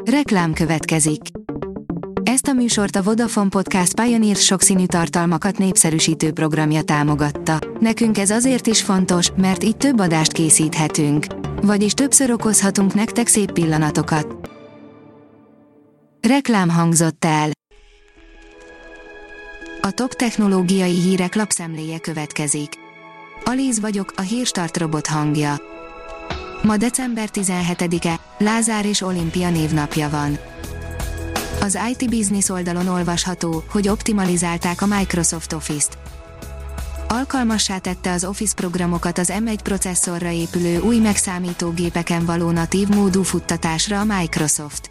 Reklám következik. Ezt a műsort a Vodafone Podcast Pioneer sokszínű tartalmakat népszerűsítő programja támogatta. Nekünk ez azért is fontos, mert így több adást készíthetünk. Vagyis többször okozhatunk nektek szép pillanatokat. Reklám hangzott el. A top technológiai hírek lapszemléje következik. Alíz vagyok, a Hírstart robot hangja. Ma december 17-e, Lázár és Olimpia névnapja van. Az IT Business oldalon olvasható, hogy optimalizálták a Microsoft Office-t. Alkalmassá tette az Office programokat az M1 processzorra épülő új megszámítógépeken való natív módú futtatásra a Microsoft.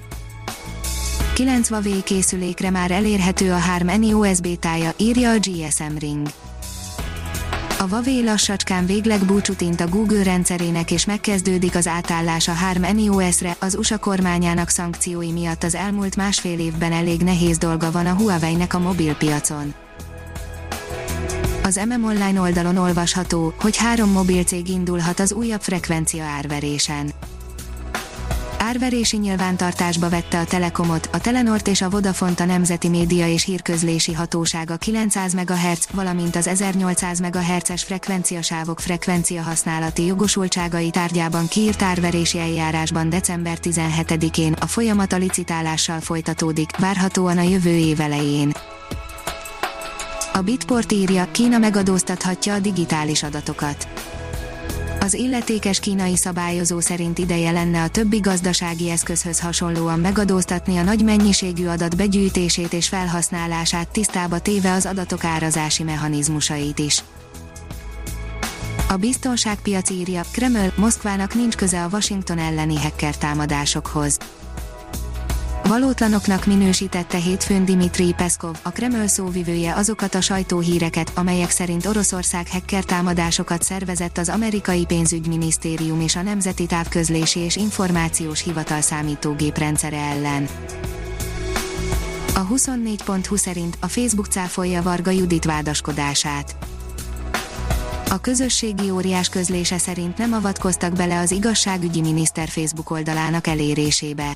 9 Huawei készülékre már elérhető a 3 USB tája, írja a GSM Ring. A Huawei lassacskán végleg búcsút int a Google rendszerének és megkezdődik az átállás a 3 OS-re, az USA kormányának szankciói miatt az elmúlt másfél évben elég nehéz dolga van a Huawei-nek a mobilpiacon. Az MM Online oldalon olvasható, hogy 3 mobilcég indulhat az újabb frekvencia árverésen. Árverési nyilvántartásba vette a Telekomot, a Telenort és a Vodafont a Nemzeti Média és Hírközlési Hatóság a 900 MHz, valamint az 1800 MHz-es frekvenciasávok frekvenciahasználati jogosultságai tárgyában kiírt árverési eljárásban december 17-én, a folyamat a licitálással folytatódik, várhatóan a jövő év elején. A Bitport írja, Kína megadóztathatja a digitális adatokat. Az illetékes kínai szabályozó szerint ideje lenne a többi gazdasági eszközhöz hasonlóan megadóztatni a nagy mennyiségű adat begyűjtését és felhasználását, tisztába téve az adatok árazási mechanizmusait is. A biztonságpiac írja, Kreml, Moszkvának nincs köze a Washington elleni hacker támadásokhoz. Valótlanoknak minősítette hétfőn Dmitrij Peszkov, a Kreml szóvivője azokat a sajtóhíreket, amelyek szerint Oroszország hacker támadásokat szervezett az amerikai pénzügyminisztérium és a Nemzeti Távközlési és Információs Hivatal számítógéprendszere ellen. A 24.20 szerint a Facebook cáfolja Varga Judit vádaskodását. A közösségi óriás közlése szerint nem avatkoztak bele az igazságügyi miniszter Facebook oldalának elérésébe.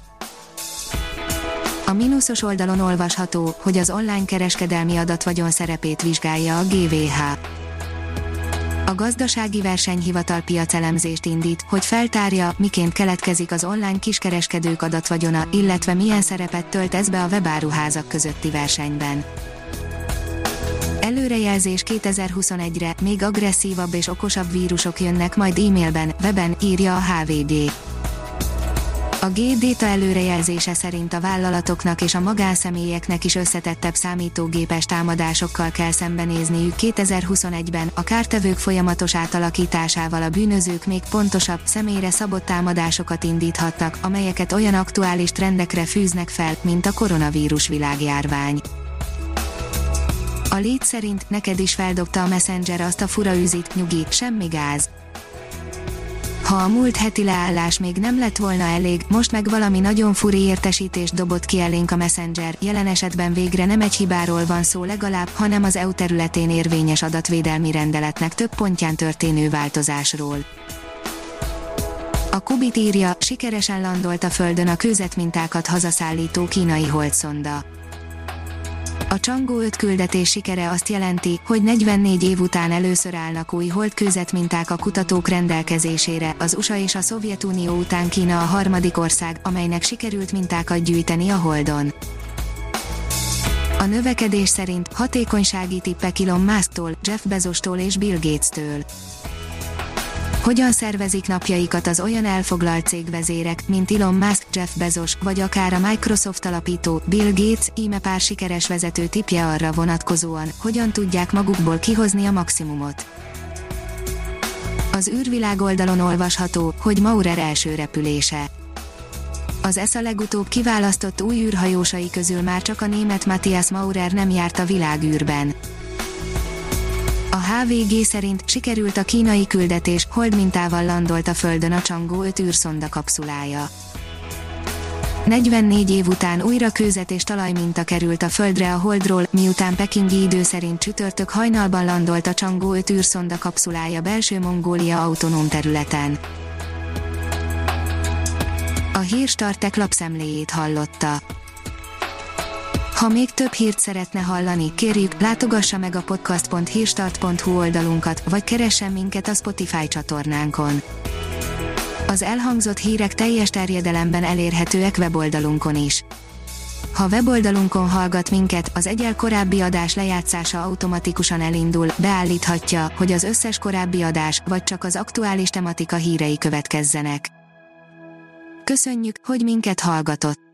A mínuszos oldalon olvasható, hogy az online kereskedelmi adatvagyon szerepét vizsgálja a GVH. A Gazdasági Versenyhivatal piacelemzést indít, hogy feltárja, miként keletkezik az online kiskereskedők adatvagyona, illetve milyen szerepet tölt ez be a webáruházak közötti versenyben. Előrejelzés 2021-re, még agresszívabb és okosabb vírusok jönnek majd e-mailben, weben, írja a HVG. A G-Data előrejelzése szerint a vállalatoknak és a magánszemélyeknek is összetettebb számítógépes támadásokkal kell szembenézniük 2021-ben, a kártevők folyamatos átalakításával a bűnözők még pontosabb, személyre szabott támadásokat indíthattak, amelyeket olyan aktuális trendekre fűznek fel, mint a koronavírus világjárvány. A Lead szerint neked is feldobta a Messenger azt a fura üzit, nyugi, semmi gáz. Ha a múlt heti leállás még nem lett volna elég, most meg valami nagyon furi értesítést dobott ki elénk a Messenger, jelen esetben végre nem egy hibáról van szó legalább, hanem az EU területén érvényes adatvédelmi rendeletnek több pontján történő változásról. A Kubit írja, sikeresen landolt a Földön a kőzetmintákat hazaszállító kínai holdszonda. A Chang'e 5 küldetés sikere azt jelenti, hogy 44 év után először állnak új holdkőzetminták a kutatók rendelkezésére, az USA és a Szovjetunió után Kína a harmadik ország, amelynek sikerült mintákat gyűjteni a Holdon. A növekedés szerint hatékonysági tippek Elon Musktól, Jeff Bezostól és Bill Gates-től. Hogyan szervezik napjaikat az olyan elfoglalt cégvezérek, mint Elon Musk, Jeff Bezos, vagy akár a Microsoft alapító, Bill Gates, íme pár sikeres vezető tippje arra vonatkozóan, hogyan tudják magukból kihozni a maximumot. Az űrvilág oldalon olvasható, hogy Maurer első repülése. Az ESA legutóbb kiválasztott új űrhajósai közül már csak a német Matthias Maurer nem járt a világűrben. A HVG szerint sikerült a kínai küldetés, holdmintával landolt a Földön a Chang'e 5 űrszonda kapszulája. 44 év után újra kőzet és talajminta került a Földre a Holdról, miután pekingi idő szerint csütörtök hajnalban landolt a Chang'e 5 űrszonda kapszulája Belső Mongólia autonóm területen. A Hírstartek lapszemléjét hallotta. Ha még több hírt szeretne hallani, kérjük, látogassa meg a podcast.hírstart.hu oldalunkat, vagy keressen minket a Spotify csatornánkon. Az elhangzott hírek teljes terjedelemben elérhetőek weboldalunkon is. Ha weboldalunkon hallgat minket, az egyel korábbi adás lejátszása automatikusan elindul, beállíthatja, hogy az összes korábbi adás, vagy csak az aktuális tematika hírei következzenek. Köszönjük, hogy minket hallgatott!